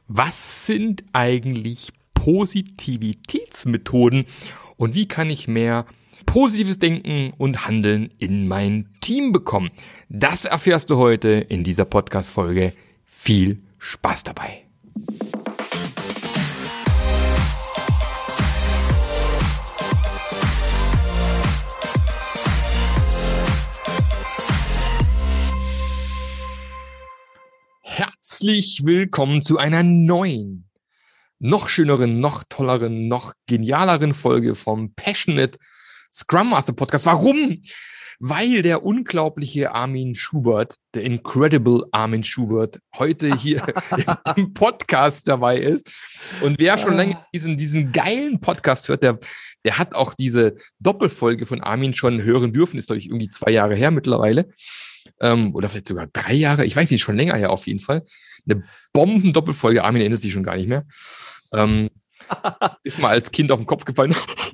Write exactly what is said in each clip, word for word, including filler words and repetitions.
Was sind eigentlich Positivitätsmethoden und wie kann ich mehr positives Denken und Handeln in mein Team bekommen? Das erfährst du heute in dieser Podcast-Folge. Viel Spaß dabei! Herzlich willkommen zu einer neuen, noch schöneren, noch tolleren, noch genialeren Folge vom Passionate Scrum Master Podcast. Warum? Weil der unglaubliche Armin Schubert, der Incredible Armin Schubert, heute hier im Podcast dabei ist. Und wer schon länger diesen, diesen geilen Podcast hört, der, der hat auch diese Doppelfolge von Armin schon hören dürfen. Ist, glaube ich, irgendwie zwei Jahre her mittlerweile. Ähm, oder vielleicht sogar drei Jahre. Ich weiß nicht, schon länger her auf jeden Fall. Eine Bomben-Doppelfolge. Armin erinnert sich schon gar nicht mehr. Ähm, ist mal als Kind auf den Kopf gefallen.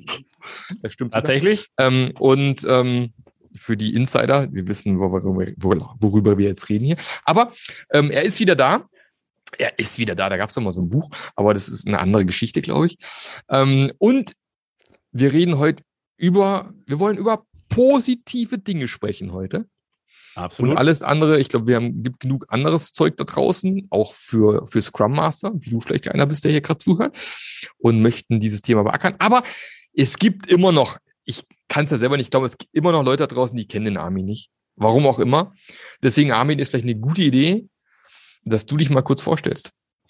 Das stimmt tatsächlich. Ähm, und ähm, für die Insider, wir wissen, worüber, worüber wir jetzt reden hier. Aber ähm, er ist wieder da. Er ist wieder da. Da gab es doch mal so ein Buch. Aber das ist eine andere Geschichte, glaube ich. Ähm, und wir reden heute über, wir wollen über positive Dinge sprechen heute. Absolut. Und alles andere, ich glaube, wir haben gibt genug anderes Zeug da draußen, auch für, für Scrum Master, wie du vielleicht einer bist, der hier gerade zuhört, und möchten dieses Thema beackern. Aber es gibt immer noch, ich kann es ja selber nicht glauben, es gibt immer noch Leute da draußen, die kennen den Armin nicht. Warum auch immer. Deswegen, Armin, ist vielleicht eine gute Idee, dass du dich mal kurz vorstellst.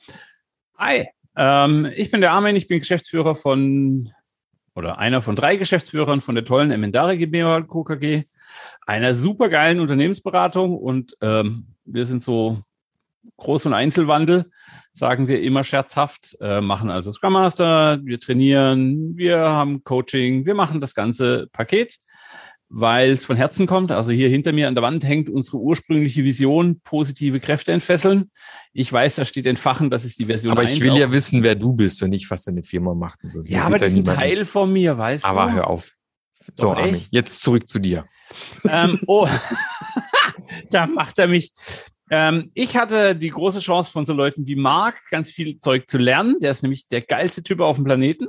Hi, ähm, ich bin der Armin, ich bin Geschäftsführer von, oder einer von drei Geschäftsführern von der tollen Emendare GmbH Co. K G. Einer supergeilen Unternehmensberatung und ähm, wir sind so Groß- und Einzelwandel, sagen wir immer scherzhaft, äh, machen also Scrum Master, wir trainieren, wir haben Coaching, wir machen das ganze Paket, weil es von Herzen kommt. Also hier hinter mir an der Wand hängt unsere ursprüngliche Vision, positive Kräfte entfesseln. Ich weiß, da steht entfachen, das ist die Version aber eins. ich will auch ja wissen, wer du bist und nicht, was deine Firma macht. Und so. Ja, aber das ist ein Teil von mir, weißt du? Aber hör auf. So, Doch, Armin, jetzt zurück zu dir. Ähm, oh, da macht er mich. Ähm, ich hatte die große Chance von so Leuten wie Marc, ganz viel Zeug zu lernen. Der ist nämlich der geilste Typ auf dem Planeten.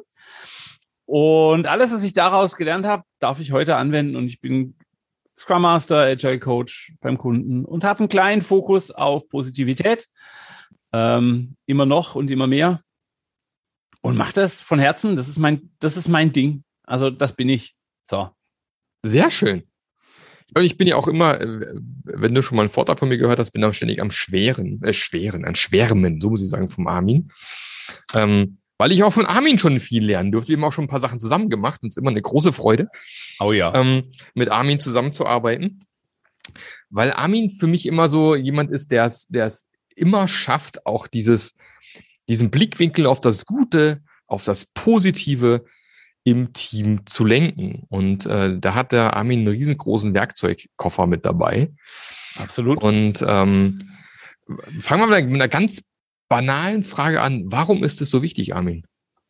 Und alles, was ich daraus gelernt habe, darf ich heute anwenden. Und ich bin Scrum Master, Agile Coach beim Kunden und habe einen kleinen Fokus auf Positivität. Ähm, immer noch und immer mehr. Und mache das von Herzen. Das ist mein, das ist mein Ding. Also das bin ich. So. Sehr schön. Ich bin ja auch immer, wenn du schon mal einen Vortrag von mir gehört hast, bin ich auch ständig am Schweren, äh, Schweren, an Schwärmen, so muss ich sagen, vom Armin. Ähm, weil ich auch von Armin schon viel lernen durfte. Wir haben auch schon ein paar Sachen zusammen gemacht und es ist immer eine große Freude, oh ja. ähm, mit Armin zusammenzuarbeiten. Weil Armin für mich immer so jemand ist, der es, der es immer schafft, auch dieses, diesen Blickwinkel auf das Gute, auf das Positive im Team zu lenken. Und äh, da hat der Armin einen riesengroßen Werkzeugkoffer mit dabei. Absolut. Und ähm, fangen wir mal mit einer ganz banalen Frage an. Warum ist es so wichtig, Armin?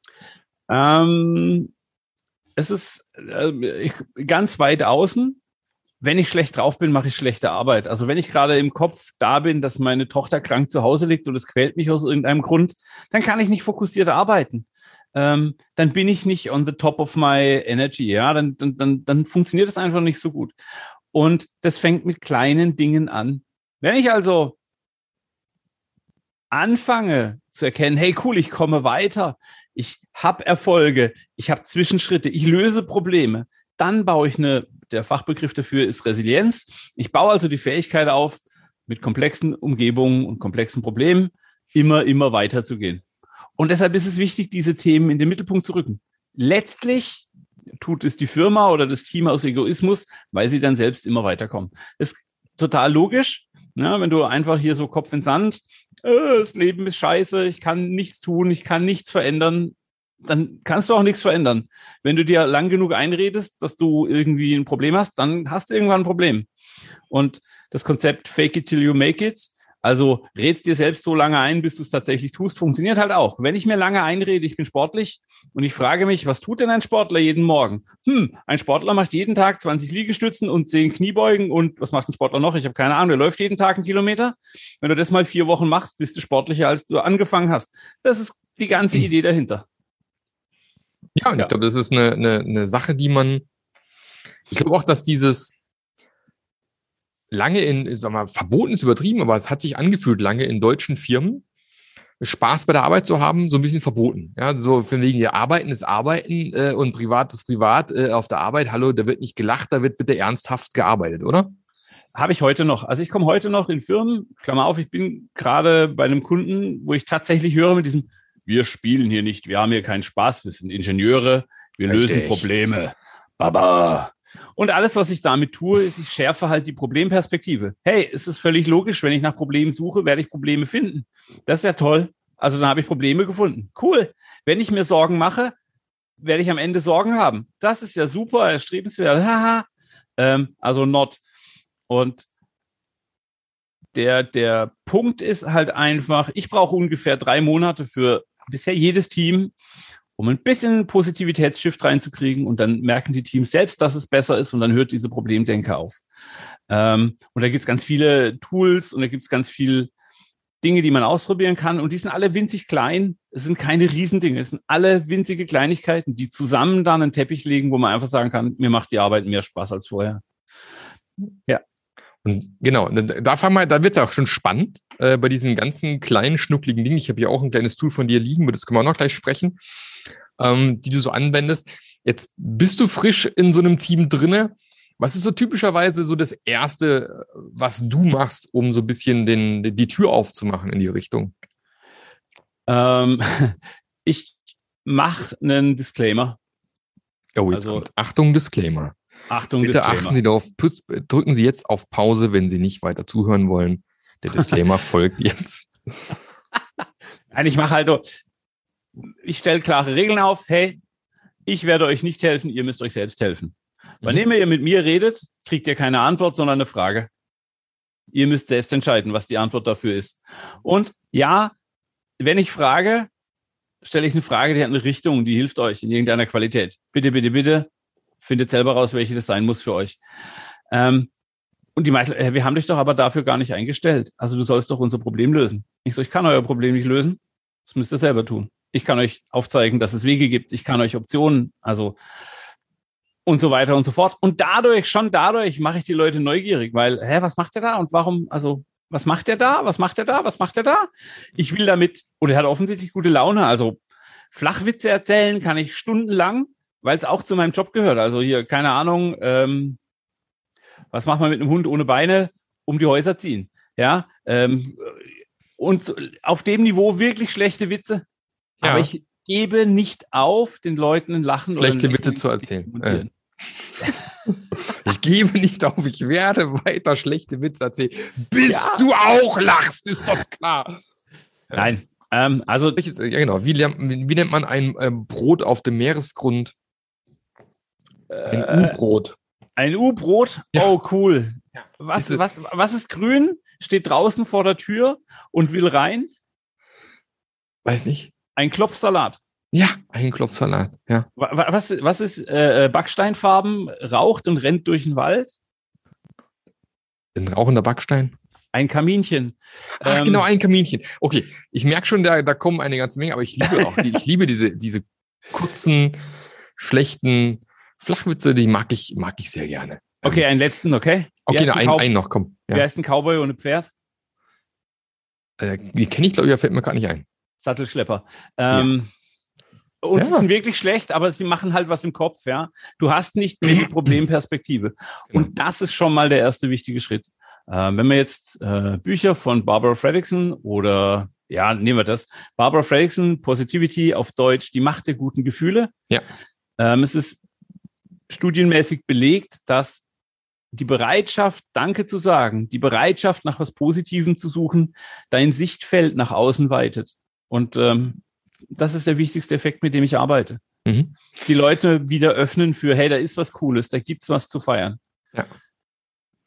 Ähm, es ist äh, ich, ganz weit außen. Wenn ich schlecht drauf bin, mache ich schlechte Arbeit. Also wenn ich gerade im Kopf da bin, dass meine Tochter krank zu Hause liegt und es quält mich aus irgendeinem Grund, dann kann ich nicht fokussiert arbeiten. Ähm, dann bin ich nicht on the top of my energy, ja, dann, dann, dann, dann funktioniert es einfach nicht so gut. Und das fängt mit kleinen Dingen an. Wenn ich also anfange zu erkennen, hey cool, ich komme weiter, ich habe Erfolge, ich habe Zwischenschritte, ich löse Probleme, dann baue ich eine, der Fachbegriff dafür ist Resilienz. Ich baue also die Fähigkeit auf, mit komplexen Umgebungen und komplexen Problemen immer, immer weiterzugehen. Und deshalb ist es wichtig, diese Themen in den Mittelpunkt zu rücken. Letztlich tut es die Firma oder das Team aus Egoismus, weil sie dann selbst immer weiterkommen. Das ist total logisch, ne? Wenn du einfach hier so Kopf in Sand, äh, das Leben ist scheiße, ich kann nichts tun, ich kann nichts verändern, dann kannst du auch nichts verändern. Wenn du dir lang genug einredest, dass du irgendwie ein Problem hast, dann hast du irgendwann ein Problem. Und das Konzept Fake it till you make it, Also redst dir selbst so lange ein, bis du es tatsächlich tust, funktioniert halt auch. Wenn ich mir lange einrede, ich bin sportlich und ich frage mich, was tut denn ein Sportler jeden Morgen? Hm, ein Sportler macht jeden Tag zwanzig Liegestützen und zehn Kniebeugen und was macht ein Sportler noch? Ich habe keine Ahnung, der läuft jeden Tag einen Kilometer. Wenn du das mal vier Wochen machst, bist du sportlicher, als du angefangen hast. Das ist die ganze Idee dahinter. Ja, und ja. ich glaube, das ist eine, eine, eine Sache, die man, ich glaube auch, dass dieses lange in, sag mal, verboten ist übertrieben, aber es hat sich angefühlt, lange in deutschen Firmen Spaß bei der Arbeit zu haben, so ein bisschen verboten. Ja, so von wegen, ja, Arbeiten ist Arbeiten äh, und Privat ist Privat. Äh, auf der Arbeit, hallo, da wird nicht gelacht, da wird bitte ernsthaft gearbeitet, oder? Habe ich heute noch. Also ich komme heute noch in Firmen, Klammer auf, ich bin gerade bei einem Kunden, wo ich tatsächlich höre mit diesem, wir spielen hier nicht, wir haben hier keinen Spaß, wir sind Ingenieure, wir Richtig. lösen Probleme. Baba. Und alles, was ich damit tue, ist, ich schärfe halt die Problemperspektive. Hey, es ist völlig logisch, wenn ich nach Problemen suche, werde ich Probleme finden. Das ist ja toll. Also dann habe ich Probleme gefunden. Cool. Wenn ich mir Sorgen mache, werde ich am Ende Sorgen haben. Das ist ja super, erstrebenswert. Haha. ähm, also not. Und der, der Punkt ist halt einfach, ich brauche ungefähr drei Monate für bisher jedes Team, um ein bisschen Positivitätsshift reinzukriegen, und dann merken die Teams selbst, dass es besser ist, und dann hört diese Problemdenke auf. Ähm, und da gibt es ganz viele Tools und da gibt es ganz viele Dinge, die man ausprobieren kann, und die sind alle winzig klein. Es sind keine Riesendinge, es sind alle winzige Kleinigkeiten, die zusammen dann einen Teppich legen, wo man einfach sagen kann, mir macht die Arbeit mehr Spaß als vorher. Ja. Und genau, da, fahren wir, da wird es auch schon spannend äh, bei diesen ganzen kleinen, schnuckligen Dingen. Ich habe hier auch ein kleines Tool von dir liegen, über das können wir auch noch gleich sprechen, ähm, die du so anwendest. Jetzt bist du frisch in so einem Team drinne. Was ist so typischerweise so das Erste, was du machst, um so ein bisschen den, die Tür aufzumachen in die Richtung? Ähm, ich mache einen Disclaimer. Oh, jetzt also, kommt Achtung, Disclaimer. Achtung, Bitte Disclaimer. achten Sie darauf, drücken Sie jetzt auf Pause, wenn Sie nicht weiter zuhören wollen. Der Disclaimer folgt jetzt. Nein, ich mache halt, ich stelle klare Regeln auf. Hey, ich werde euch nicht helfen, ihr müsst euch selbst helfen. Wann mhm. immer ihr mit mir redet, kriegt ihr keine Antwort, sondern eine Frage. Ihr müsst selbst entscheiden, was die Antwort dafür ist. Und ja, wenn ich frage, stelle ich eine Frage, die hat eine Richtung, die hilft euch in irgendeiner Qualität. Bitte, bitte, bitte. Findet selber raus, welche das sein muss für euch. Ähm, und die meisten, äh, wir haben dich doch aber dafür gar nicht eingestellt. Also du sollst doch unser Problem lösen. Ich so, ich kann euer Problem nicht lösen. Das müsst ihr selber tun. Ich kann euch aufzeigen, dass es Wege gibt. Ich kann euch Optionen, also und so weiter und so fort. Und dadurch, schon dadurch mache ich die Leute neugierig, weil, hä, was macht der da? Und warum, also, was macht der da? Was macht der da? Was macht der da? Ich will damit, und er hat offensichtlich gute Laune, also Flachwitze erzählen kann ich stundenlang, weil es auch zu meinem Job gehört. Also hier, keine Ahnung, ähm, was macht man mit einem Hund ohne Beine? Um die Häuser ziehen. Ja, ähm, und so, auf dem Niveau wirklich schlechte Witze. Ja. Aber ich gebe nicht auf, den Leuten ein Lachen schlechte oder ein Witze zu erzählen. Äh. Ich gebe nicht auf, ich werde weiter schlechte Witze erzählen, bis ja. du auch lachst, ist doch klar. Nein, ähm, also... Ja, genau. Wie, wie nennt man ein ähm, Brot auf dem Meeresgrund? Ein äh, U-Brot. Ein U-Brot? Ja. Oh, cool. Ja. Was, was, was ist grün? Steht draußen vor der Tür und will rein? Weiß nicht. Ein Klopfsalat. Ja, ein Klopfsalat, ja. Was, was ist äh, Backsteinfarben, raucht und rennt durch den Wald? Ein rauchender Backstein? Ein Kaminchen. Ach, ähm, genau, ein Kaminchen. Okay, ich merke schon, da, da kommen eine ganze Menge, aber ich liebe auch, die, ich liebe diese, diese kurzen, schlechten Flachwitze, die mag ich, mag ich sehr gerne. Okay, einen letzten, okay? Okay, na, einen, einen noch, komm. Ja. Wer ist ein Cowboy ohne Pferd? Äh, die kenne ich, glaube ich, da fällt mir gar nicht ein. Sattelschlepper. Ähm, ja. Und ja. sie sind wirklich schlecht, aber sie machen halt was im Kopf, ja. Du hast nicht mehr die Problemperspektive. Genau. Und das ist schon mal der erste wichtige Schritt. Ähm, wenn wir jetzt äh, Bücher von Barbara Fredrickson oder, ja, nehmen wir das, Barbara Fredrickson, Positivity auf Deutsch, die Macht der guten Gefühle. Ja. Ähm, es ist studienmäßig belegt, dass die Bereitschaft, Danke zu sagen, die Bereitschaft, nach was Positivem zu suchen, dein Sichtfeld nach außen weitet. Und ähm, das ist der wichtigste Effekt, mit dem ich arbeite. Mhm. Die Leute wieder öffnen für, hey, da ist was Cooles, da gibt's was zu feiern. Ja.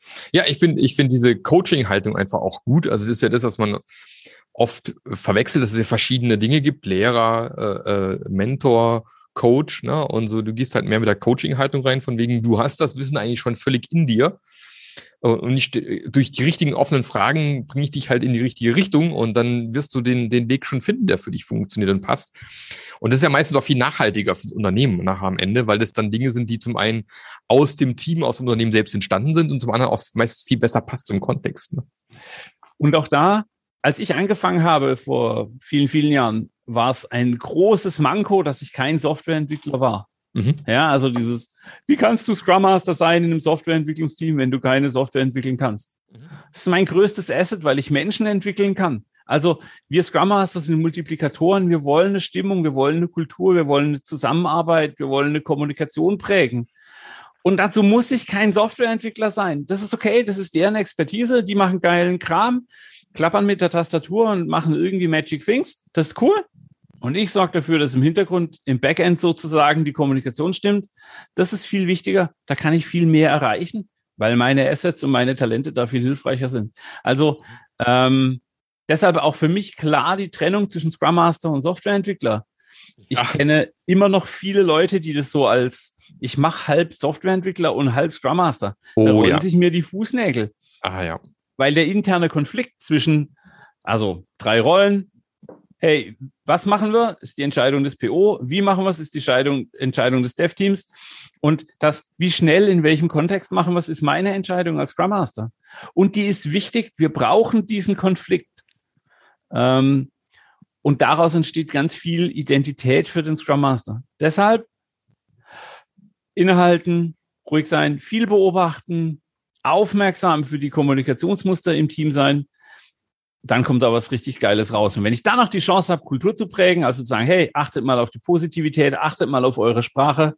Ja, ich finde ich finde diese Coaching-Haltung einfach auch gut. Also das ist ja das, was man oft verwechselt, dass es ja verschiedene Dinge gibt. Lehrer, äh, äh, Mentor, Coach, ne? Und so, du gehst halt mehr mit der Coaching-Haltung rein, von wegen, du hast das Wissen eigentlich schon völlig in dir. Und nicht durch die richtigen offenen Fragen bringe ich dich halt in die richtige Richtung und dann wirst du den, den Weg schon finden, der für dich funktioniert und passt. Und das ist ja meistens auch viel nachhaltiger fürs Unternehmen nachher am Ende, weil das dann Dinge sind, die zum einen aus dem Team, aus dem Unternehmen selbst entstanden sind und zum anderen auch meist viel besser passt zum Kontext. Ne? Und auch da, als ich angefangen habe vor vielen, vielen Jahren, war es ein großes Manko, dass ich kein Softwareentwickler war. Mhm. Ja, also dieses, wie kannst du Scrum Master sein in einem Softwareentwicklungsteam, wenn du keine Software entwickeln kannst? Mhm. Das ist mein größtes Asset, weil ich Menschen entwickeln kann. Also wir Scrum Master sind Multiplikatoren, wir wollen eine Stimmung, wir wollen eine Kultur, wir wollen eine Zusammenarbeit, wir wollen eine Kommunikation prägen. Und dazu muss ich kein Softwareentwickler sein. Das ist okay, das ist deren Expertise, die machen geilen Kram, klappern mit der Tastatur und machen irgendwie Magic Things. Das ist cool. Und ich sorge dafür, dass im Hintergrund, im Backend sozusagen die Kommunikation stimmt. Das ist viel wichtiger. Da kann ich viel mehr erreichen, weil meine Assets und meine Talente da viel hilfreicher sind. Also ähm, deshalb auch für mich klar die Trennung zwischen Scrum Master und Softwareentwickler. Ich Ach. kenne immer noch viele Leute, die das so als, ich mache halb Softwareentwickler und halb Scrum Master. Oh, da rollen ja. sich mir die Fußnägel. Ah ja. Weil der interne Konflikt zwischen, also drei Rollen, hey, was machen wir? Ist die Entscheidung des P O. Wie machen wir es? Ist die Entscheidung, Entscheidung des Dev-Teams. Und das, wie schnell, in welchem Kontext machen wir es, ist meine Entscheidung als Scrum Master. Und die ist wichtig. Wir brauchen diesen Konflikt. Ähm, und daraus entsteht ganz viel Identität für den Scrum Master. Deshalb innehalten, ruhig sein, viel beobachten, aufmerksam für die Kommunikationsmuster im Team sein. Dann kommt da was richtig Geiles raus. Und wenn ich dann noch die Chance habe, Kultur zu prägen, also zu sagen, hey, achtet mal auf die Positivität, achtet mal auf eure Sprache,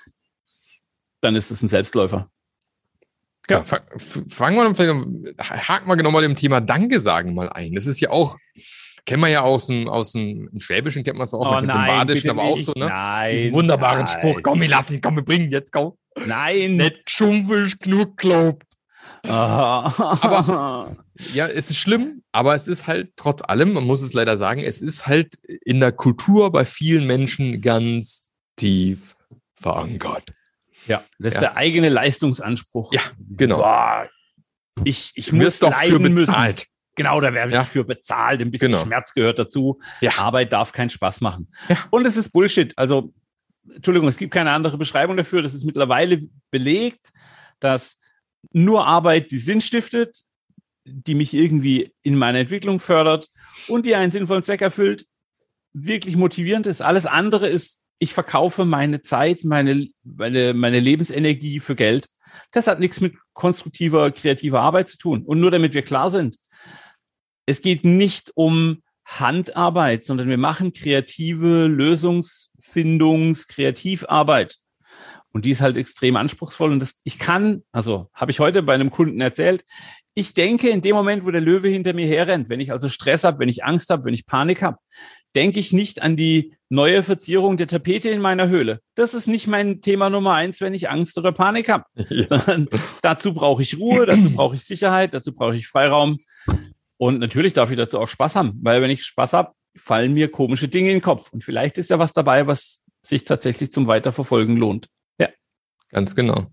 dann ist es ein Selbstläufer. Ja, ja fangen wir vielleicht, haken wir genau mal dem Thema Danke sagen mal ein. Das ist ja auch, kennen wir ja aus dem, aus dem Schwäbischen, kennt man es auch, oh, man kennt es im Badischen, aber auch so, ne? Nein, diesen wunderbaren nein. Spruch, komm, wir lassen ihn, komm, wir bringen jetzt, komm. Nein. Nicht geschumpfig, genug glaubt. Aber ja, es ist schlimm, aber es ist halt trotz allem, man muss es leider sagen, es ist halt in der Kultur bei vielen Menschen ganz tief verankert. Ja, das ist ja. der eigene Leistungsanspruch. Ja, genau. So, ich ich muss doch für bezahlt. Müssen. Genau, da werde ich ja. für bezahlt. Ein bisschen genau. Schmerz gehört dazu. Ja. Arbeit darf keinen Spaß machen. Ja. Und es ist Bullshit. Also, Entschuldigung, es gibt keine andere Beschreibung dafür. Das ist mittlerweile belegt, dass nur Arbeit, die Sinn stiftet, die mich irgendwie in meiner Entwicklung fördert und die einen sinnvollen Zweck erfüllt, wirklich motivierend ist. Alles andere ist, ich verkaufe meine Zeit, meine, meine, meine Lebensenergie für Geld. Das hat nichts mit konstruktiver, kreativer Arbeit zu tun. Und nur damit wir klar sind, es geht nicht um Handarbeit, sondern wir machen kreative Lösungsfindungs-, Kreativarbeit. Und die ist halt extrem anspruchsvoll. Und das, ich kann, also habe ich heute bei einem Kunden erzählt, ich denke in dem Moment, wo der Löwe hinter mir herrennt, wenn ich also Stress habe, wenn ich Angst habe, wenn ich Panik habe, denke ich nicht an die neue Verzierung der Tapete in meiner Höhle. Das ist nicht mein Thema Nummer eins, wenn ich Angst oder Panik habe, ja. sondern dazu brauche ich Ruhe, dazu brauche ich Sicherheit, dazu brauche ich Freiraum. Und natürlich darf ich dazu auch Spaß haben, weil wenn ich Spaß habe, fallen mir komische Dinge in den Kopf. Und vielleicht ist ja was dabei, was sich tatsächlich zum Weiterverfolgen lohnt. Ja. Ganz genau.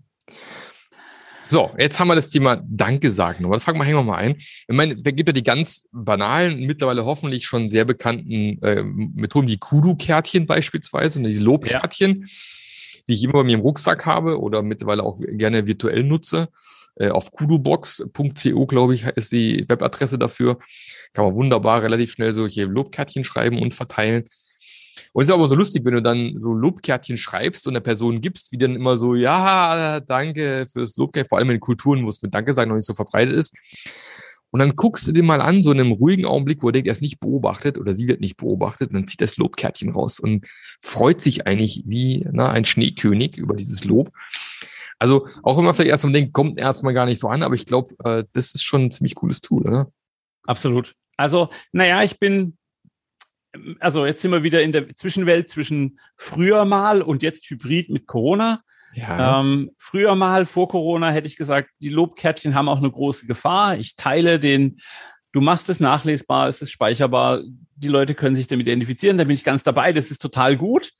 So, jetzt haben wir das Thema Danke sagen. Aber fangen wir, hängen wir mal ein. Ich meine, es gibt ja die ganz banalen, mittlerweile hoffentlich schon sehr bekannten äh, Methoden, wie Kudu-Kärtchen beispielsweise, und diese Lobkärtchen, ja. die ich immer bei mir im Rucksack habe oder mittlerweile auch gerne virtuell nutze. Äh, auf kudubox punkt co, glaube ich, ist die Webadresse dafür. Kann man wunderbar relativ schnell solche Lobkärtchen schreiben und verteilen. Und es ist aber so lustig, wenn du dann so Lobkärtchen schreibst und der Person gibst, wie dann immer so, ja, danke fürs Lobkärtchen, vor allem in Kulturen, wo es mit Danke sagen noch nicht so verbreitet ist. Und dann guckst du dir mal an, so in einem ruhigen Augenblick, wo er denkt, er ist nicht beobachtet oder sie wird nicht beobachtet, und dann zieht das Lobkärtchen raus und freut sich eigentlich wie na, ein Schneekönig über dieses Lob. Also auch wenn man vielleicht erstmal denkt, kommt erstmal gar nicht so an, aber ich glaube, äh, das ist schon ein ziemlich cooles Tool, oder? Absolut. Also, naja, ich bin also jetzt sind wir wieder in der Zwischenwelt zwischen früher mal und jetzt Hybrid mit Corona. Ja. Ähm, früher mal, vor Corona, hätte ich gesagt, die Lobkärtchen haben auch eine große Gefahr. Ich teile den, du machst es nachlesbar, es ist speicherbar, die Leute können sich damit identifizieren, da bin ich ganz dabei, das ist total gut.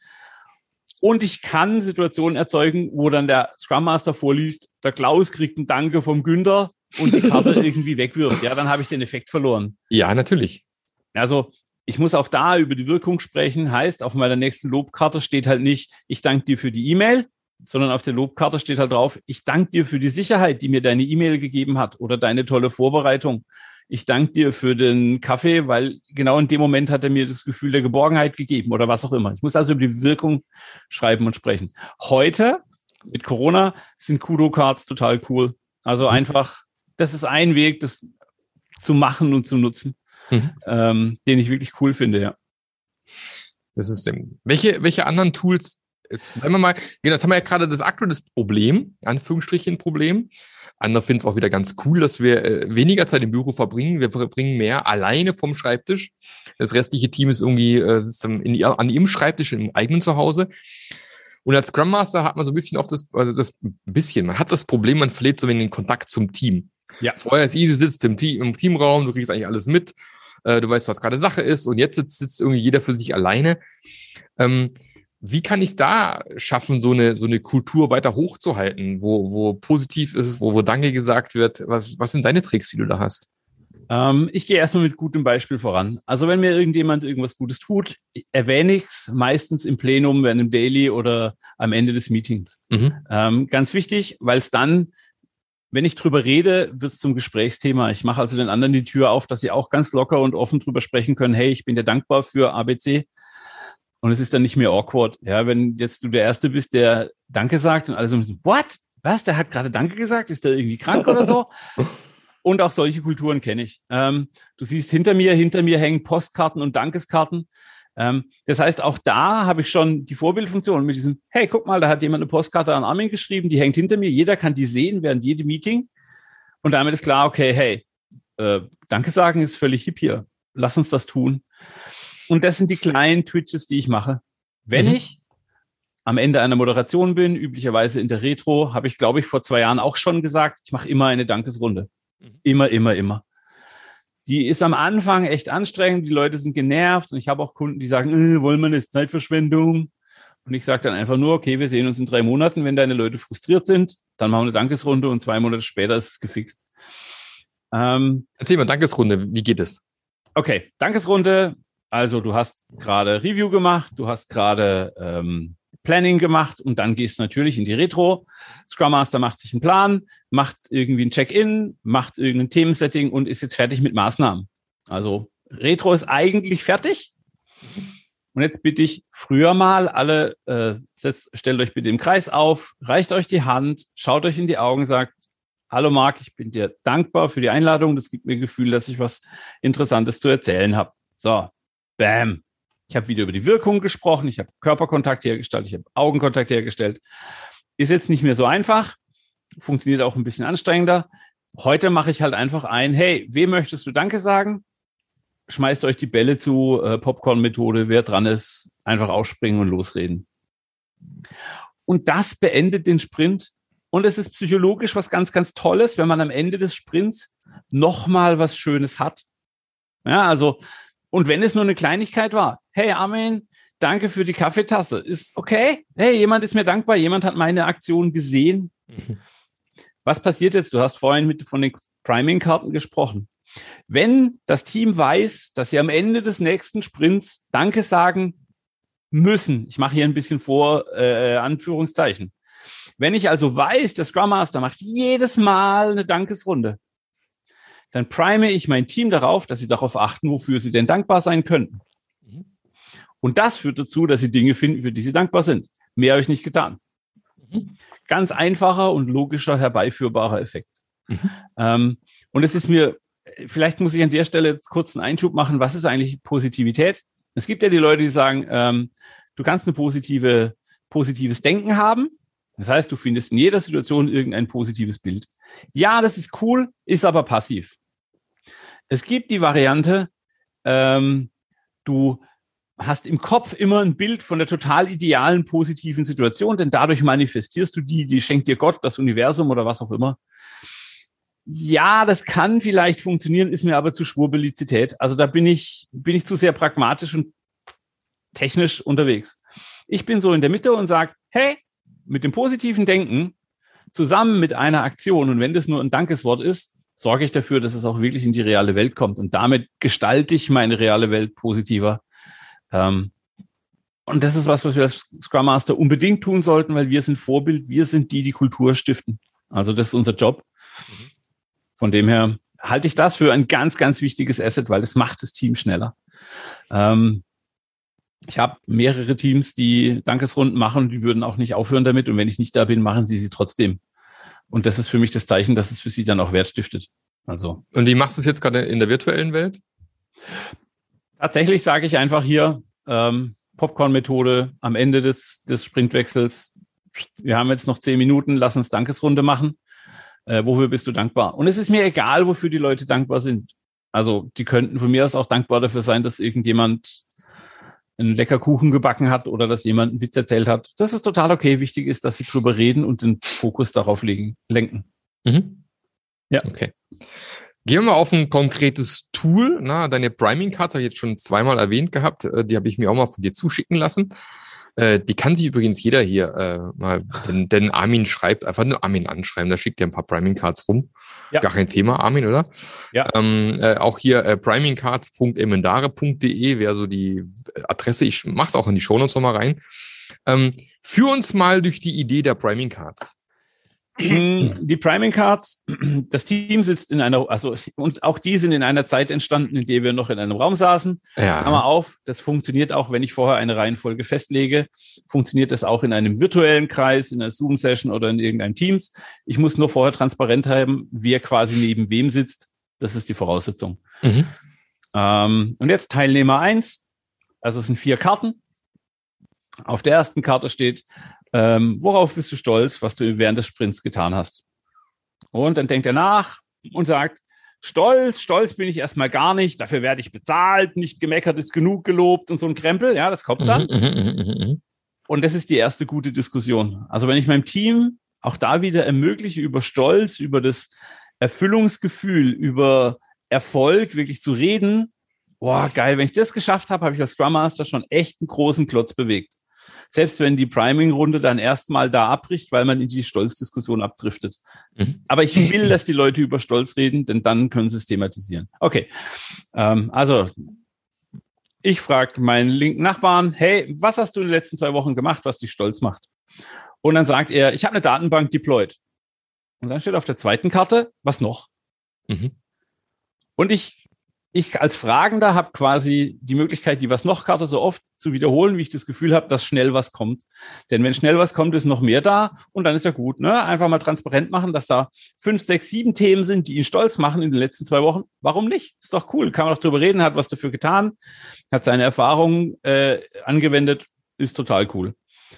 Und ich kann Situationen erzeugen, wo dann der Scrum Master vorliest, der Klaus kriegt ein Danke vom Günther und die Karte irgendwie wegwirft. Ja, dann habe ich den Effekt verloren. Ja, natürlich. Also ich muss auch da über die Wirkung sprechen. Heißt, auf meiner nächsten Lobkarte steht halt nicht, ich danke dir für die E-Mail, sondern auf der Lobkarte steht halt drauf, ich danke dir für die Sicherheit, die mir deine E-Mail gegeben hat oder deine tolle Vorbereitung. Ich danke dir für den Kaffee, weil genau in dem Moment hat er mir das Gefühl der Geborgenheit gegeben oder was auch immer. Ich muss also über die Wirkung schreiben und sprechen. Heute mit Corona sind Kudo-Cards total cool. Also einfach, das ist ein Weg, das zu machen und zu nutzen, mhm. ähm, den ich wirklich cool finde, ja. Das ist dem. Welche, welche anderen Tools, jetzt, wenn wir mal, genau, jetzt haben wir ja gerade das aktuelle Problem, Anführungsstrichen Problem. Andere finden es auch wieder ganz cool, dass wir äh, weniger Zeit im Büro verbringen. Wir verbringen mehr alleine vom Schreibtisch. Das restliche Team ist irgendwie äh, sitzt in, in, an ihrem Schreibtisch im eigenen Zuhause. Und als Scrum Master hat man so ein bisschen oft das, also das ein bisschen, man hat das Problem, man verliert so wenig den Kontakt zum Team. Ja. Vorher ist easy, sitzt im, Team, im Teamraum, du kriegst eigentlich alles mit, äh, du weißt, was gerade Sache ist, und jetzt sitzt, sitzt irgendwie jeder für sich alleine. Ähm, Wie kann ich es da schaffen, so eine so eine Kultur weiter hochzuhalten, wo wo positiv ist, wo wo Danke gesagt wird? Was was sind deine Tricks, die du da hast? Ähm, ich gehe erstmal mit gutem Beispiel voran. Also wenn mir irgendjemand irgendwas Gutes tut, erwähne ich es meistens im Plenum, während im Daily oder am Ende des Meetings. Mhm. Ähm, ganz wichtig, weil es dann, wenn ich drüber rede, wird es zum Gesprächsthema. Ich mache also den anderen die Tür auf, dass sie auch ganz locker und offen drüber sprechen können. Hey, ich bin dir dankbar für A B C. Und es ist dann nicht mehr awkward. Ja, wenn jetzt du der Erste bist, der Danke sagt und alle so, what? Was? Der hat gerade Danke gesagt? Ist der irgendwie krank oder so? Und auch solche Kulturen kenne ich. Ähm, du siehst hinter mir, hinter mir hängen Postkarten und Dankeskarten. Ähm, das heißt, auch da habe ich schon die Vorbildfunktion mit diesem, hey, guck mal, da hat jemand eine Postkarte an Armin geschrieben, die hängt hinter mir. Jeder kann die sehen während jedem Meeting. Und damit ist klar, okay, hey, äh, Danke sagen ist völlig hip hier. Lass uns das tun. Und das sind die kleinen Twitches, die ich mache. Wenn mhm. ich am Ende einer Moderation bin, üblicherweise in der Retro, habe ich, glaube ich, vor zwei Jahren auch schon gesagt, ich mache immer eine Dankesrunde. Mhm. Immer, immer, immer. Die ist am Anfang echt anstrengend, die Leute sind genervt und ich habe auch Kunden, die sagen, äh, wollen wir das, Zeitverschwendung? Und ich sage dann einfach nur, okay, wir sehen uns in drei Monaten, wenn deine Leute frustriert sind, dann machen wir eine Dankesrunde und zwei Monate später ist es gefixt. Ähm, Erzähl mal, Dankesrunde, wie geht es? Okay, Dankesrunde. Also du hast gerade Review gemacht, du hast gerade ähm, Planning gemacht und dann gehst du natürlich in die Retro. Scrum Master macht sich einen Plan, macht irgendwie ein Check-in, macht irgendein Themensetting und ist jetzt fertig mit Maßnahmen. Also Retro ist eigentlich fertig. Und jetzt bitte ich früher mal alle, äh, setzt, stellt euch bitte im Kreis auf, reicht euch die Hand, schaut euch in die Augen, sagt, hallo Marc, ich bin dir dankbar für die Einladung. Das gibt mir ein Gefühl, dass ich was Interessantes zu erzählen habe. So. Bam. Ich habe wieder über die Wirkung gesprochen, ich habe Körperkontakt hergestellt, ich habe Augenkontakt hergestellt. Ist jetzt nicht mehr so einfach, funktioniert auch ein bisschen anstrengender. Heute mache ich halt einfach ein, hey, wem möchtest du Danke sagen? Schmeißt euch die Bälle zu, äh, Popcorn-Methode, wer dran ist, einfach aufspringen und losreden. Und das beendet den Sprint. Und es ist psychologisch was ganz, ganz Tolles, wenn man am Ende des Sprints nochmal was Schönes hat. Ja, also und wenn es nur eine Kleinigkeit war, hey Armin, danke für die Kaffeetasse, ist okay. Hey, jemand ist mir dankbar, jemand hat meine Aktion gesehen. Mhm. Was passiert jetzt? Du hast vorhin mit von den Priming-Karten gesprochen. Wenn das Team weiß, dass sie am Ende des nächsten Sprints Danke sagen müssen, ich mache hier ein bisschen vor äh, Anführungszeichen. Wenn ich also weiß, der Scrum Master macht jedes Mal eine Dankesrunde, dann prime ich mein Team darauf, dass sie darauf achten, wofür sie denn dankbar sein könnten. Und das führt dazu, dass sie Dinge finden, für die sie dankbar sind. Mehr habe ich nicht getan. Mhm. Ganz einfacher und logischer, herbeiführbarer Effekt. Mhm. Ähm, und es ist mir, vielleicht muss ich an der Stelle jetzt kurz einen Einschub machen, was ist eigentlich Positivität? Es gibt ja die Leute, die sagen, ähm, du kannst eine positive, positives Denken haben. Das heißt, du findest in jeder Situation irgendein positives Bild. Ja, das ist cool, ist aber passiv. Es gibt die Variante, ähm, du hast im Kopf immer ein Bild von der total idealen, positiven Situation, denn dadurch manifestierst du die, die schenkt dir Gott, das Universum oder was auch immer. Ja, das kann vielleicht funktionieren, ist mir aber zu Schwurbelizität. Also da bin ich, bin ich zu sehr pragmatisch und technisch unterwegs. Ich bin so in der Mitte und sage, hey, mit dem positiven Denken zusammen mit einer Aktion, und wenn das nur ein Dankeswort ist, sorge ich dafür, dass es auch wirklich in die reale Welt kommt. Und damit gestalte ich meine reale Welt positiver. Ähm, und das ist was, was wir als Scrum Master unbedingt tun sollten, weil wir sind Vorbild, wir sind die, die Kultur stiften. Also das ist unser Job. Mhm. Von dem her halte ich das für ein ganz, ganz wichtiges Asset, weil es macht das Team schneller. Ähm, ich habe mehrere Teams, die Dankesrunden machen, die würden auch nicht aufhören damit. Und wenn ich nicht da bin, machen sie sie trotzdem. Und das ist für mich das Zeichen, dass es für sie dann auch Wert stiftet. Also. Und wie machst du es jetzt gerade in der virtuellen Welt? Tatsächlich sage ich einfach hier, ähm, Popcorn-Methode am Ende des, des Sprintwechsels. Wir haben jetzt noch zehn Minuten, lass uns Dankesrunde machen. Äh, wofür bist du dankbar? Und es ist mir egal, wofür die Leute dankbar sind. Also die könnten von mir aus auch dankbar dafür sein, dass irgendjemand einen lecker Kuchen gebacken hat oder dass jemand einen Witz erzählt hat. Das ist total okay. Wichtig ist, dass sie drüber reden und den Fokus darauf legen, lenken. Mhm. Ja. Okay. Gehen wir mal auf ein konkretes Tool. Na, deine Priming Cards habe ich jetzt schon zweimal erwähnt gehabt. Die habe ich mir auch mal von dir zuschicken lassen. Die kann sich übrigens jeder hier äh, mal, denn, denn Armin schreibt, einfach nur Armin anschreiben, da schickt er ein paar Priming Cards rum. Ja. Gar kein Thema, Armin, oder? Ja. Ähm, äh, auch hier äh, primingcards punkt emendare punkt de wäre so die Adresse. Ich mach's auch in die Shownotes nochmal rein. Ähm, führ uns mal durch die Idee der Priming Cards. Die Priming Cards, das Team sitzt in einer, also, und auch die sind in einer Zeit entstanden, in der wir noch in einem Raum saßen. Ja. Klammer auf, das funktioniert auch, wenn ich vorher eine Reihenfolge festlege, funktioniert das auch in einem virtuellen Kreis, in einer Zoom-Session oder in irgendeinem Teams. Ich muss nur vorher transparent haben, wer quasi neben wem sitzt. Das ist die Voraussetzung. Mhm. Ähm, und jetzt Teilnehmer eins, also es sind vier Karten. Auf der ersten Karte steht, ähm, worauf bist du stolz, was du während des Sprints getan hast? Und dann denkt er nach und sagt, stolz, stolz bin ich erstmal gar nicht, dafür werde ich bezahlt, nicht gemeckert ist genug gelobt und so ein Krempel, ja, das kommt dann. Mhm. Und das ist die erste gute Diskussion. Also wenn ich meinem Team auch da wieder ermögliche, über Stolz, über das Erfüllungsgefühl, über Erfolg wirklich zu reden, boah, geil, wenn ich das geschafft habe, habe ich als Scrum Master schon echt einen großen Klotz bewegt. Selbst wenn die Priming-Runde dann erstmal da abbricht, weil man in die Stolzdiskussion abdriftet. Mhm. Aber ich will, dass die Leute über Stolz reden, denn dann können sie es thematisieren. Okay, ähm, also ich frage meinen linken Nachbarn, hey, was hast du in den letzten zwei Wochen gemacht, was dich stolz macht? Und dann sagt er, ich habe eine Datenbank deployed. Und dann steht auf der zweiten Karte, was noch? Mhm. Und ich Ich als Fragender habe quasi die Möglichkeit, die Was-noch-Karte so oft zu wiederholen, wie ich das Gefühl habe, dass schnell was kommt. Denn wenn schnell was kommt, ist noch mehr da und dann ist ja gut. Ne? Einfach mal transparent machen, dass da fünf, sechs, sieben Themen sind, die ihn stolz machen in den letzten zwei Wochen. Warum nicht? Ist doch cool. Kann man doch drüber reden, hat was dafür getan, hat seine Erfahrungen äh, angewendet. Ist total cool.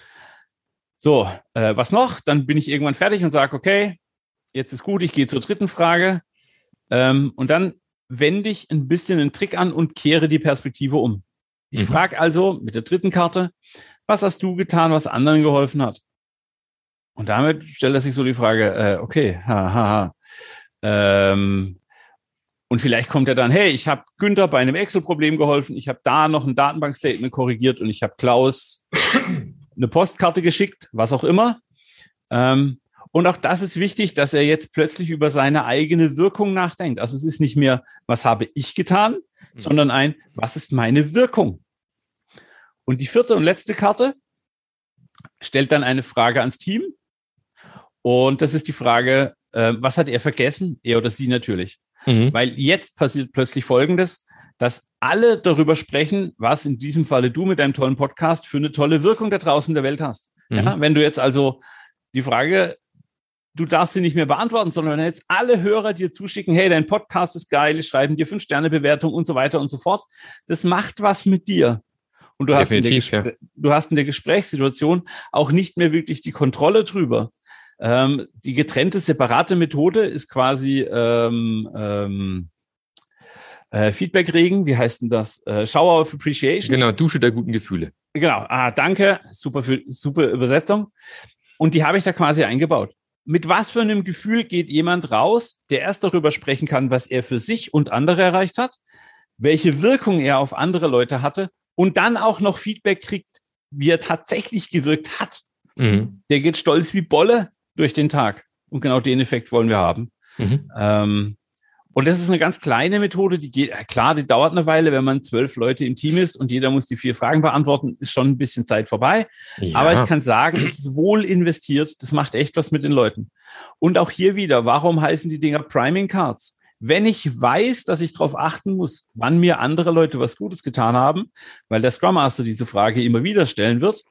So, äh, was noch? Dann bin ich irgendwann fertig und sage, okay, jetzt ist gut, ich gehe zur dritten Frage. Ähm, und dann wende ich ein bisschen einen Trick an und kehre die Perspektive um. Ich mhm. frage also mit der dritten Karte, was hast du getan, was anderen geholfen hat? Und damit stellt er sich so die Frage, äh, okay, haha, ha, ha. Ähm, und vielleicht kommt er dann, hey, ich habe Günther bei einem Excel-Problem geholfen, ich habe da noch ein Datenbankstatement korrigiert und ich habe Klaus eine Postkarte geschickt, was auch immer. Ähm, Und auch das ist wichtig, dass er jetzt plötzlich über seine eigene Wirkung nachdenkt. Also es ist nicht mehr, was habe ich getan, mhm. sondern ein, was ist meine Wirkung? Und die vierte und letzte Karte stellt dann eine Frage ans Team. Und das ist die Frage, äh, was hat er vergessen? Er oder sie natürlich. Mhm. Weil jetzt passiert plötzlich Folgendes, dass alle darüber sprechen, was in diesem Falle du mit deinem tollen Podcast für eine tolle Wirkung da draußen in der Welt hast. Mhm. Ja, wenn du jetzt also die Frage, du darfst sie nicht mehr beantworten, sondern wenn jetzt alle Hörer dir zuschicken, hey, dein Podcast ist geil, schreiben dir fünf Sterne Bewertung und so weiter und so fort. Das macht was mit dir. Und du hast, in der Gespr- ja. du hast in der Gesprächssituation auch nicht mehr wirklich die Kontrolle drüber. Ähm, die getrennte, separate Methode ist quasi ähm, ähm, äh, Feedback-Regen, wie heißt denn das? Äh, Shower of Appreciation. Genau, Dusche der guten Gefühle. Genau, ah, danke, super, für, super Übersetzung. Und die habe ich da quasi eingebaut. Mit was für einem Gefühl geht jemand raus, der erst darüber sprechen kann, was er für sich und andere erreicht hat, welche Wirkung er auf andere Leute hatte und dann auch noch Feedback kriegt, wie er tatsächlich gewirkt hat. Mhm. Der geht stolz wie Bolle durch den Tag. Und genau den Effekt wollen wir haben. Mhm. Ähm, und das ist eine ganz kleine Methode, die geht, klar, die dauert eine Weile, wenn man zwölf Leute im Team ist und jeder muss die vier Fragen beantworten, ist schon ein bisschen Zeit vorbei. Ja. Aber ich kann sagen, es ist wohl investiert, das macht echt was mit den Leuten. Und auch hier wieder, warum heißen die Dinger Priming Cards? Wenn ich weiß, dass ich darauf achten muss, wann mir andere Leute was Gutes getan haben, weil der Scrum Master diese Frage immer wieder stellen wird,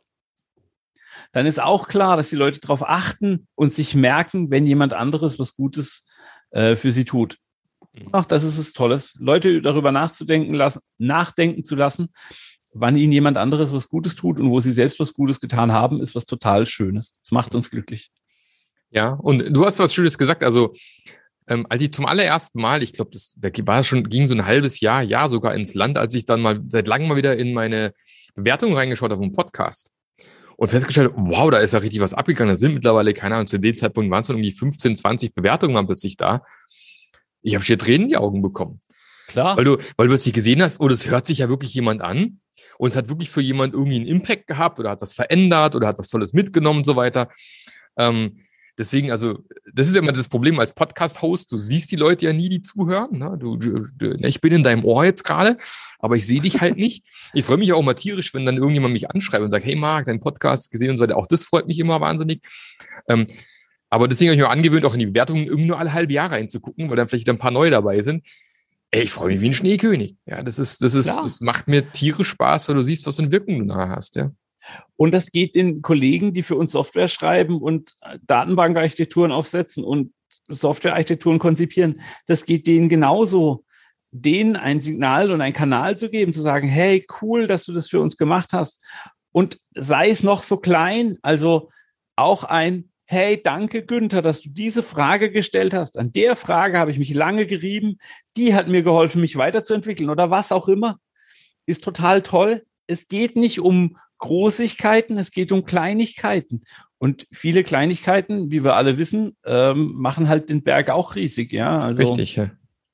dann ist auch klar, dass die Leute darauf achten und sich merken, wenn jemand anderes was Gutes äh, für sie tut. Ach, das ist es Tolles, Leute darüber nachzudenken lassen, nachdenken zu lassen, wann ihnen jemand anderes was Gutes tut und wo sie selbst was Gutes getan haben, ist was total Schönes. Das macht uns glücklich. Ja, und du hast was Schönes gesagt. Also, ähm, als ich zum allerersten Mal, ich glaube, das war schon, ging so ein halbes Jahr, ja, sogar ins Land, als ich dann mal seit langem mal wieder in meine Bewertungen reingeschaut habe vom Podcast und festgestellt, wow, da ist ja richtig was abgegangen. Da sind mittlerweile, keine Ahnung, zu dem Zeitpunkt waren es dann irgendwie fünfzehn, zwanzig Bewertungen waren plötzlich da. Ich habe hier Tränen in die Augen bekommen. Klar. Weil du, weil du plötzlich gesehen hast, oh, das hört sich ja wirklich jemand an. Und es hat wirklich für jemand irgendwie einen Impact gehabt oder hat das verändert oder hat was Tolles mitgenommen und so weiter. Ähm, deswegen, also, das ist ja immer das Problem als Podcast-Host. Du siehst die Leute ja nie, die zuhören. Ne? Du, du, du, ich bin in deinem Ohr jetzt gerade, aber ich sehe dich halt nicht. Ich freue mich auch mal tierisch, wenn dann irgendjemand mich anschreibt und sagt, hey Marc, dein Podcast gesehen und so weiter. Auch das freut mich immer wahnsinnig. Ähm, Aber deswegen habe ich mir angewöhnt, auch in die Bewertungen irgendwie nur alle halbe Jahre reinzugucken, weil dann vielleicht ein paar neue dabei sind. Ey, ich freue mich wie ein Schneekönig. Ja, das ist, das ist, Klar. Das macht mir tierisch Spaß, weil du siehst, was für eine Wirkung du nachher hast, ja. Und das geht den Kollegen, die für uns Software schreiben und Datenbankarchitekturen aufsetzen und Softwarearchitekturen konzipieren. Das geht denen genauso, denen ein Signal und einen Kanal zu geben, zu sagen, hey, cool, dass du das für uns gemacht hast. Und sei es noch so klein, also auch ein hey, danke Günther, dass du diese Frage gestellt hast. An der Frage habe ich mich lange gerieben. Die hat mir geholfen, mich weiterzuentwickeln oder was auch immer. Ist total toll. Es geht nicht um Großigkeiten, es geht um Kleinigkeiten. Und viele Kleinigkeiten, wie wir alle wissen, ähm, machen halt den Berg auch riesig. Ja, also, richtig, ja.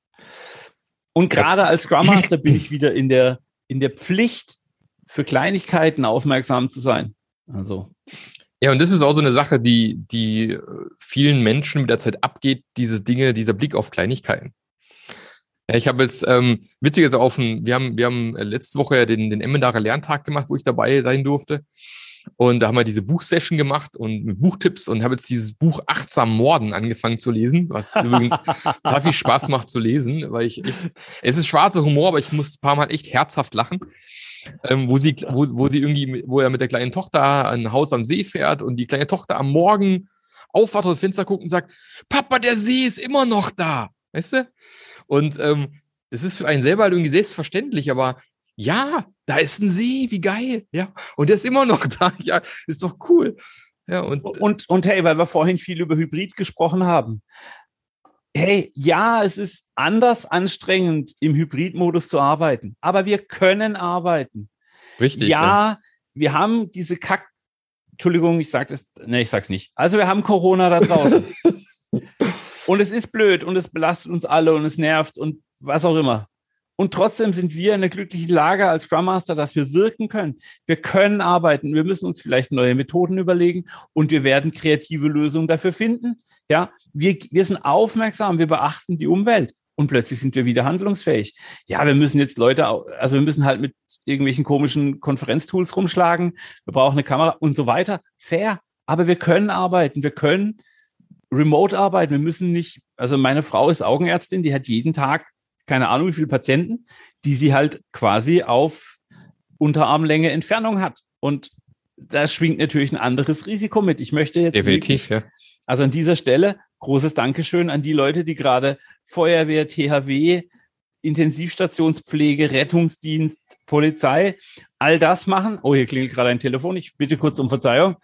Und gerade als Scrum Master bin ich wieder in der, in der Pflicht, für Kleinigkeiten aufmerksam zu sein. Also ja, und das ist auch so eine Sache, die, die vielen Menschen mit der Zeit abgeht, diese Dinge, dieser Blick auf Kleinigkeiten. Ja, ich habe jetzt, ähm, witzigerweise auf ein, wir haben, wir haben letzte Woche den, den Emmendarer Lerntag gemacht, wo ich dabei sein durfte. Und da haben wir diese Buchsession gemacht und mit Buchtipps und habe jetzt dieses Buch Achtsam Morden angefangen zu lesen, was übrigens total viel Spaß macht zu lesen, weil ich echt, es ist schwarzer Humor, aber ich muss ein paar Mal echt herzhaft lachen. Ähm, wo sie, wo, wo sie irgendwie, wo er mit der kleinen Tochter ein Haus am See fährt und die kleine Tochter am Morgen aufwacht, aus dem Fenster guckt und sagt, Papa, der See ist immer noch da, weißt du? Und ähm, das ist für einen selber halt irgendwie selbstverständlich, aber ja, da ist ein See, wie geil, ja, und der ist immer noch da, ja, ist doch cool. Ja, und, und, und hey, weil wir vorhin viel über Hybrid gesprochen haben, hey, ja, es ist anders anstrengend, im Hybrid-Modus zu arbeiten, aber wir können arbeiten. Richtig. Ja, ja. Wir haben diese Kack, Entschuldigung, ich sag das, ne, ich sag's nicht. Also wir haben Corona da draußen. Und es ist blöd und es belastet uns alle und es nervt und was auch immer. Und trotzdem sind wir in einer glücklichen Lage als Scrum Master, dass wir wirken können. Wir können arbeiten. Wir müssen uns vielleicht neue Methoden überlegen und wir werden kreative Lösungen dafür finden. Ja, wir, wir sind aufmerksam, wir beachten die Umwelt und plötzlich sind wir wieder handlungsfähig. Ja, wir müssen jetzt Leute, also wir müssen halt mit irgendwelchen komischen Konferenztools rumschlagen. Wir brauchen eine Kamera und so weiter. Fair. Aber wir können arbeiten. Wir können remote arbeiten. Wir müssen nicht, also meine Frau ist Augenärztin, die hat jeden Tag keine Ahnung, wie viele Patienten, die sie halt quasi auf Unterarmlänge Entfernung hat. Und da schwingt natürlich ein anderes Risiko mit. Ich möchte jetzt definitiv, wirklich, ja. Also an dieser Stelle großes Dankeschön an die Leute, die gerade Feuerwehr, T H W, Intensivstationspflege, Rettungsdienst, Polizei, all das machen. Oh, hier klingelt gerade ein Telefon. Ich bitte kurz um Verzeihung.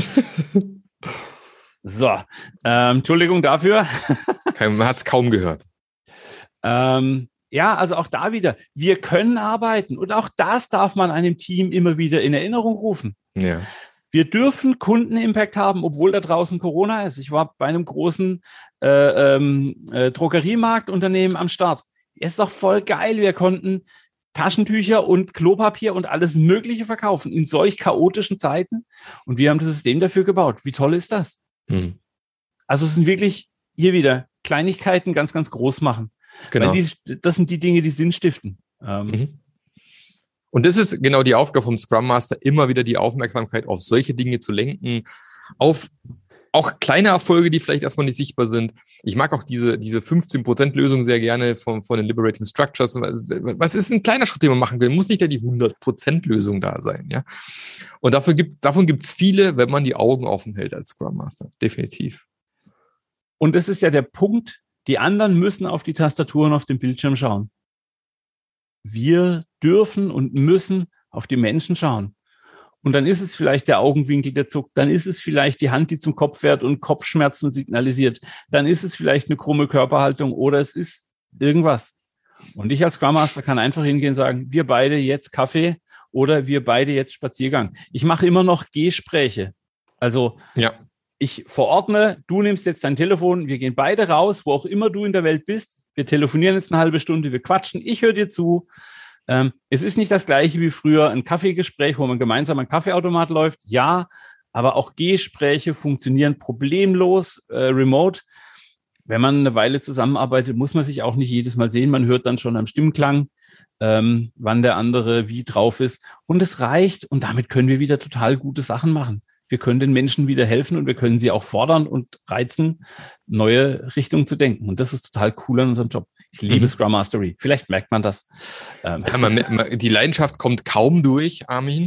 So, ähm, Entschuldigung dafür. Man hat es kaum gehört. Ähm, Ja, also auch da wieder, wir können arbeiten und auch das darf man einem Team immer wieder in Erinnerung rufen. Ja. Wir dürfen Kundenimpact haben, obwohl da draußen Corona ist. Ich war bei einem großen äh, ähm, äh, Drogeriemarktunternehmen am Start. Ist doch voll geil. Wir konnten Taschentücher und Klopapier und alles Mögliche verkaufen in solch chaotischen Zeiten. Und wir haben das System dafür gebaut. Wie toll ist das? Mhm. Also es sind wirklich hier wieder Kleinigkeiten ganz, ganz groß machen. Genau. Weil die, das sind die Dinge, die Sinn stiften. Ähm, mhm. Und das ist genau die Aufgabe vom Scrum Master, immer wieder die Aufmerksamkeit auf solche Dinge zu lenken, auf auch kleine Erfolge, die vielleicht erstmal nicht sichtbar sind. Ich mag auch diese, diese fünfzehn Prozent Lösung sehr gerne von, von den Liberating Structures. Was ist ein kleiner Schritt, den man machen will? Muss nicht ja die hundert Prozent Lösung da sein, ja? Und dafür gibt, davon gibt es viele, wenn man die Augen offen hält als Scrum Master. Definitiv. Und das ist ja der Punkt, die anderen müssen auf die Tastatur und auf den Bildschirm schauen. Wir dürfen und müssen auf die Menschen schauen. Und dann ist es vielleicht der Augenwinkel, der zuckt. Dann ist es vielleicht die Hand, die zum Kopf fährt und Kopfschmerzen signalisiert. Dann ist es vielleicht eine krumme Körperhaltung oder es ist irgendwas. Und ich als Scrum Master kann einfach hingehen und sagen, wir beide jetzt Kaffee oder wir beide jetzt Spaziergang. Ich mache immer noch Gespräche. Also ja. Ich verordne, du nimmst jetzt dein Telefon, wir gehen beide raus, wo auch immer du in der Welt bist. Wir telefonieren jetzt eine halbe Stunde, wir quatschen, ich höre dir zu. Ähm, es ist nicht das Gleiche wie früher ein Kaffeegespräch, wo man gemeinsam an Kaffeeautomat läuft. Ja, aber auch Gespräche funktionieren problemlos, äh, remote. Wenn man eine Weile zusammenarbeitet, muss man sich auch nicht jedes Mal sehen. Man hört dann schon am Stimmklang, ähm, wann der andere wie drauf ist. Und es reicht und damit können wir wieder total gute Sachen machen. Wir können den Menschen wieder helfen und wir können sie auch fordern und reizen, neue Richtungen zu denken. Und das ist total cool an unserem Job. Ich liebe mhm. Scrum Mastery. Vielleicht merkt man das. Ähm. Ja, man, man, die Leidenschaft kommt kaum durch, Armin.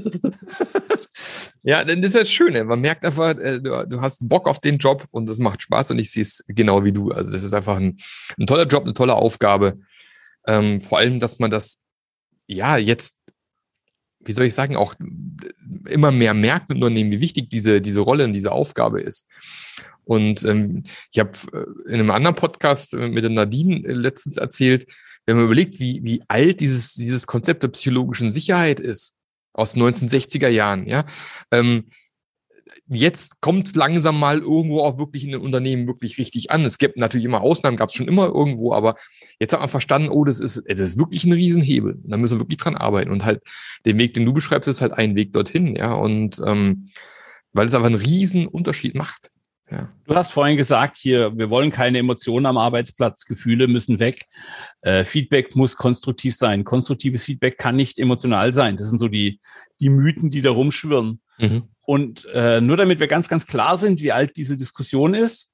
Ja, das ist das Schöne. Man merkt einfach, du, du hast Bock auf den Job und es macht Spaß und ich sehe es genau wie du. Also das ist einfach ein, ein toller Job, eine tolle Aufgabe. Ähm, vor allem, dass man das ja jetzt, wie soll ich sagen, auch immer mehr merkt mit Unternehmen, wie wichtig diese diese Rolle und diese Aufgabe ist. Und ähm, ich habe in einem anderen Podcast mit der Nadine letztens erzählt, wir haben überlegt, wie wie alt dieses dieses Konzept der psychologischen Sicherheit ist aus den neunzehnhundertsechziger Jahren. Ja, ähm, jetzt kommt es langsam mal irgendwo auch wirklich in den Unternehmen wirklich richtig an. Es gibt natürlich immer Ausnahmen, gab es schon immer irgendwo, aber jetzt hat man verstanden, oh, das ist, das ist wirklich ein Riesenhebel. Und da müssen wir wirklich dran arbeiten. Und halt den Weg, den du beschreibst, ist halt ein Weg dorthin, ja. Und ähm, weil es einfach einen riesen Unterschied macht. Ja. Du hast vorhin gesagt, hier, wir wollen keine Emotionen am Arbeitsplatz, Gefühle müssen weg. Äh, Feedback muss konstruktiv sein. Konstruktives Feedback kann nicht emotional sein. Das sind so die, die Mythen, die da rumschwirren. Mhm. Und äh, nur damit wir ganz, ganz klar sind, wie alt diese Diskussion ist.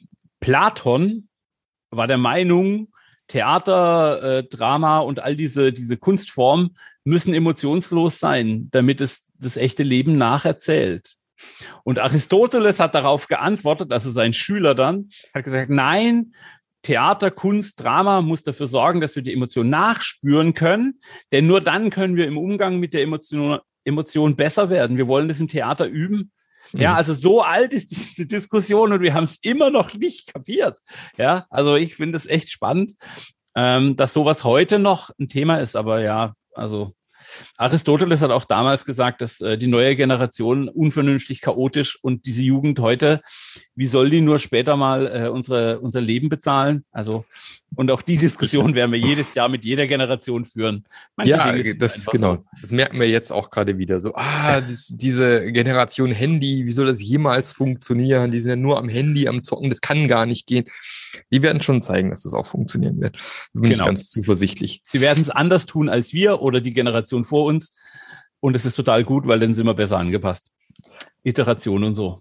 Platon war der Meinung, Theater, äh, Drama und all diese, diese Kunstformen müssen emotionslos sein, damit es das echte Leben nacherzählt. Und Aristoteles hat darauf geantwortet, also sein Schüler dann, hat gesagt, nein, Theater, Kunst, Drama muss dafür sorgen, dass wir die Emotion nachspüren können, denn nur dann können wir im Umgang mit der Emotion, Emotion besser werden. Wir wollen das im Theater üben. Mhm. Ja, also so alt ist diese Diskussion und wir haben es immer noch nicht kapiert. Ja, also ich finde es echt spannend, ähm, dass sowas heute noch ein Thema ist, aber ja, also Aristoteles hat auch damals gesagt, dass äh, die neue Generation unvernünftig, chaotisch und diese Jugend heute, wie soll die nur später mal äh, unsere, unser Leben bezahlen? Also, und auch die Diskussion werden wir jedes Jahr mit jeder Generation führen. Manche ja, Dinge das ist genau. So. Das merken wir jetzt auch gerade wieder. So, ah, das, diese Generation Handy, wie soll das jemals funktionieren? Die sind ja nur am Handy, am Zocken, das kann gar nicht gehen. Die werden schon zeigen, dass das auch funktionieren wird. Da bin genau. ich ganz zuversichtlich. Sie werden es anders tun als wir oder die Generation vor uns. Und es ist total gut, weil dann sind wir besser angepasst. Iteration und so.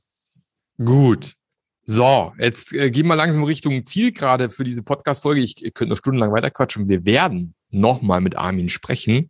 Gut. So, jetzt äh, gehen wir langsam Richtung Ziel gerade für diese Podcast-Folge. Ich, ich könnte noch stundenlang weiterquatschen. Wir werden nochmal mit Armin sprechen,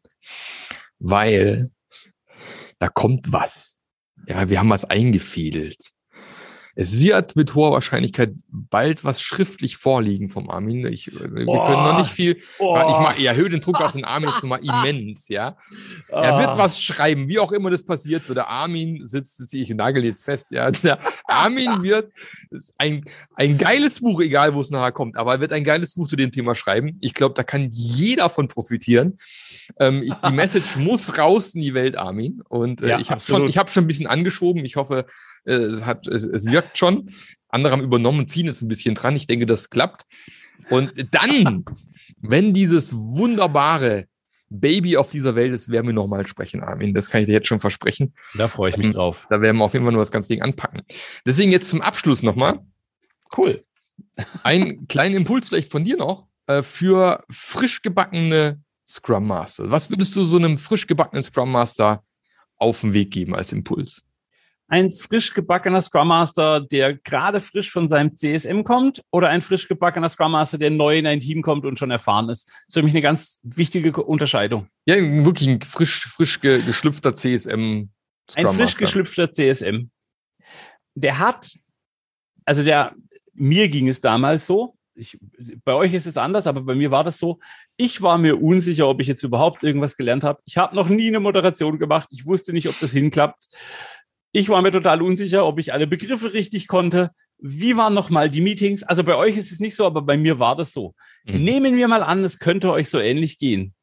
weil da kommt was. Ja, wir haben was eingefädelt. Es wird mit hoher Wahrscheinlichkeit bald was schriftlich vorliegen vom Armin. Ich, wir oh, können noch nicht viel. Oh. Ich, mach, ich erhöhe den Druck auf den Armin jetzt nochmal immens, ja. Oh. Er wird was schreiben, wie auch immer das passiert. So der Armin sitzt, sitzt ich nagel jetzt fest, ja. Der Armin wird ein, ein geiles Buch, egal wo es nachher kommt, aber er wird ein geiles Buch zu dem Thema schreiben. Ich glaube, da kann jeder von profitieren. Ähm, ich, die Message muss raus in die Welt, Armin. Und äh, ja, ich habe schon, ich hab schon ein bisschen angeschoben. Ich hoffe, äh, es, hat, es, es wirkt schon. Andere haben übernommen, ziehen jetzt ein bisschen dran. Ich denke, das klappt. Und dann, wenn dieses wunderbare Baby auf dieser Welt ist, werden wir nochmal sprechen, Armin. Das kann ich dir jetzt schon versprechen. Da freue ich mich ähm, drauf. Da werden wir auf jeden Fall nur das ganze Ding anpacken. Deswegen jetzt zum Abschluss nochmal. Cool. Einen kleinen Impuls vielleicht von dir noch äh, für frisch gebackene Scrum Master. Was würdest du so einem frisch gebackenen Scrum Master auf den Weg geben als Impuls? Ein frisch gebackener Scrum Master, der gerade frisch von seinem C S M kommt, oder ein frisch gebackener Scrum Master, der neu in ein Team kommt und schon erfahren ist? Das ist für mich eine ganz wichtige Unterscheidung. Ja, wirklich ein frisch, frisch ge- geschlüpfter C S M Scrum Master. Ein frisch geschlüpfter C S M. Der hat, also der, mir ging es damals so, Ich, bei euch ist es anders, aber bei mir war das so. Ich war mir unsicher, ob ich jetzt überhaupt irgendwas gelernt habe. Ich habe noch nie eine Moderation gemacht. Ich wusste nicht, ob das hinklappt. Ich war mir total unsicher, ob ich alle Begriffe richtig konnte. Wie waren nochmal die Meetings? Also bei euch ist es nicht so, aber bei mir war das so. Mhm. Nehmen wir mal an, es könnte euch so ähnlich gehen.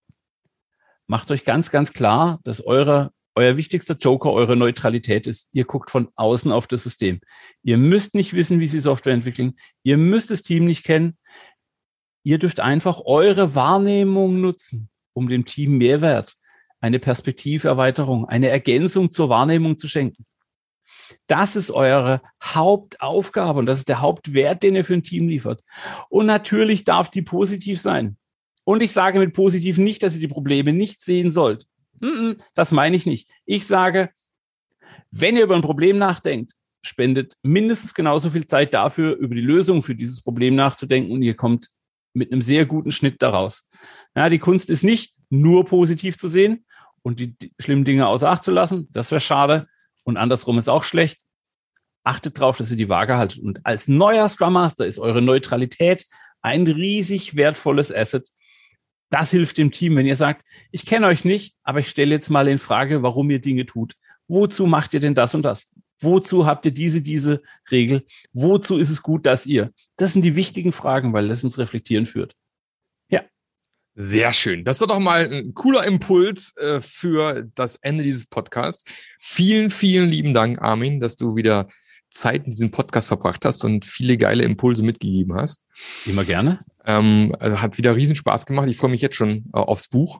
Macht euch ganz, ganz klar, dass eure Euer wichtigster Joker eure Neutralität ist. Ihr guckt von außen auf das System. Ihr müsst nicht wissen, wie Sie Software entwickeln. Ihr müsst das Team nicht kennen. Ihr dürft einfach eure Wahrnehmung nutzen, um dem Team Mehrwert, eine Perspektiverweiterung, eine Ergänzung zur Wahrnehmung zu schenken. Das ist eure Hauptaufgabe und das ist der Hauptwert, den ihr für ein Team liefert. Und natürlich darf die positiv sein. Und ich sage mit positiv nicht, dass ihr die Probleme nicht sehen sollt. Das meine ich nicht. Ich sage, wenn ihr über ein Problem nachdenkt, spendet mindestens genauso viel Zeit dafür, über die Lösung für dieses Problem nachzudenken und ihr kommt mit einem sehr guten Schnitt daraus. Ja, die Kunst ist nicht nur positiv zu sehen und die, die schlimmen Dinge außer Acht zu lassen. Das wäre schade und andersrum ist auch schlecht. Achtet darauf, dass ihr die Waage haltet. Und als neuer Scrum Master ist eure Neutralität ein riesig wertvolles Asset. Das hilft dem Team, wenn ihr sagt, ich kenne euch nicht, aber ich stelle jetzt mal in Frage, warum ihr Dinge tut. Wozu macht ihr denn das und das? Wozu habt ihr diese, diese Regel? Wozu ist es gut, dass ihr? Das sind die wichtigen Fragen, weil das ins Reflektieren führt. Ja. Sehr schön. Das ist doch mal ein cooler Impuls äh, für das Ende dieses Podcasts. Vielen, vielen lieben Dank, Armin, dass du wieder Zeit in diesem Podcast verbracht hast und viele geile Impulse mitgegeben hast. Immer gerne. Ähm, also hat wieder riesen Spaß gemacht. Ich freue mich jetzt schon äh, aufs Buch.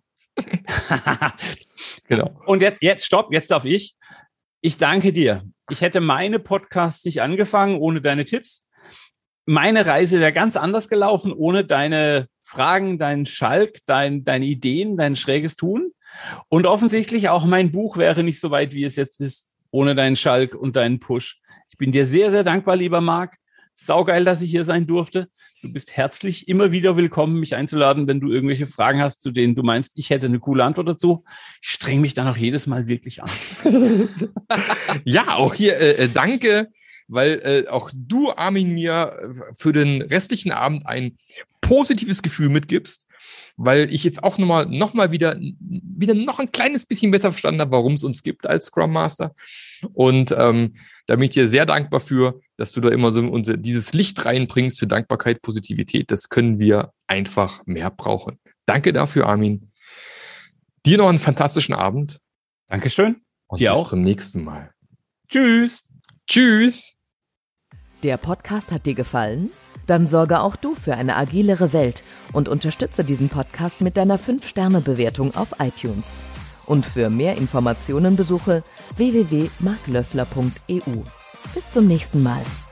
Genau. Und jetzt, jetzt stopp, jetzt darf ich. Ich danke dir. Ich hätte meine Podcasts nicht angefangen ohne deine Tipps. Meine Reise wäre ganz anders gelaufen ohne deine Fragen, deinen Schalk, dein, deine Ideen, dein schräges Tun. Und offensichtlich auch mein Buch wäre nicht so weit, wie es jetzt ist, ohne deinen Schalk und deinen Push. Ich bin dir sehr, sehr dankbar, lieber Marc. Saugeil, dass ich hier sein durfte. Du bist herzlich immer wieder willkommen, mich einzuladen, wenn du irgendwelche Fragen hast, zu denen du meinst, ich hätte eine coole Antwort dazu. Ich streng mich dann auch jedes Mal wirklich an. Ja, auch hier äh, danke, weil äh, auch du, Armin, mir für den restlichen Abend ein positives Gefühl mitgibst, weil ich jetzt auch nochmal noch mal wieder, wieder noch ein kleines bisschen besser verstanden habe, warum es uns gibt als Scrum Master. Und ähm, da bin ich dir sehr dankbar für, dass du da immer so unser, dieses Licht reinbringst für Dankbarkeit, Positivität. Das können wir einfach mehr brauchen. Danke dafür, Armin. Dir noch einen fantastischen Abend. Dankeschön. Und dir bis auch. zum nächsten Mal. Tschüss. Tschüss. Der Podcast hat dir gefallen? Dann sorge auch du für eine agilere Welt und unterstütze diesen Podcast mit deiner fünf Sterne Bewertung auf iTunes. Und für mehr Informationen besuche w w w punkt marc löffler punkt e u. Bis zum nächsten Mal.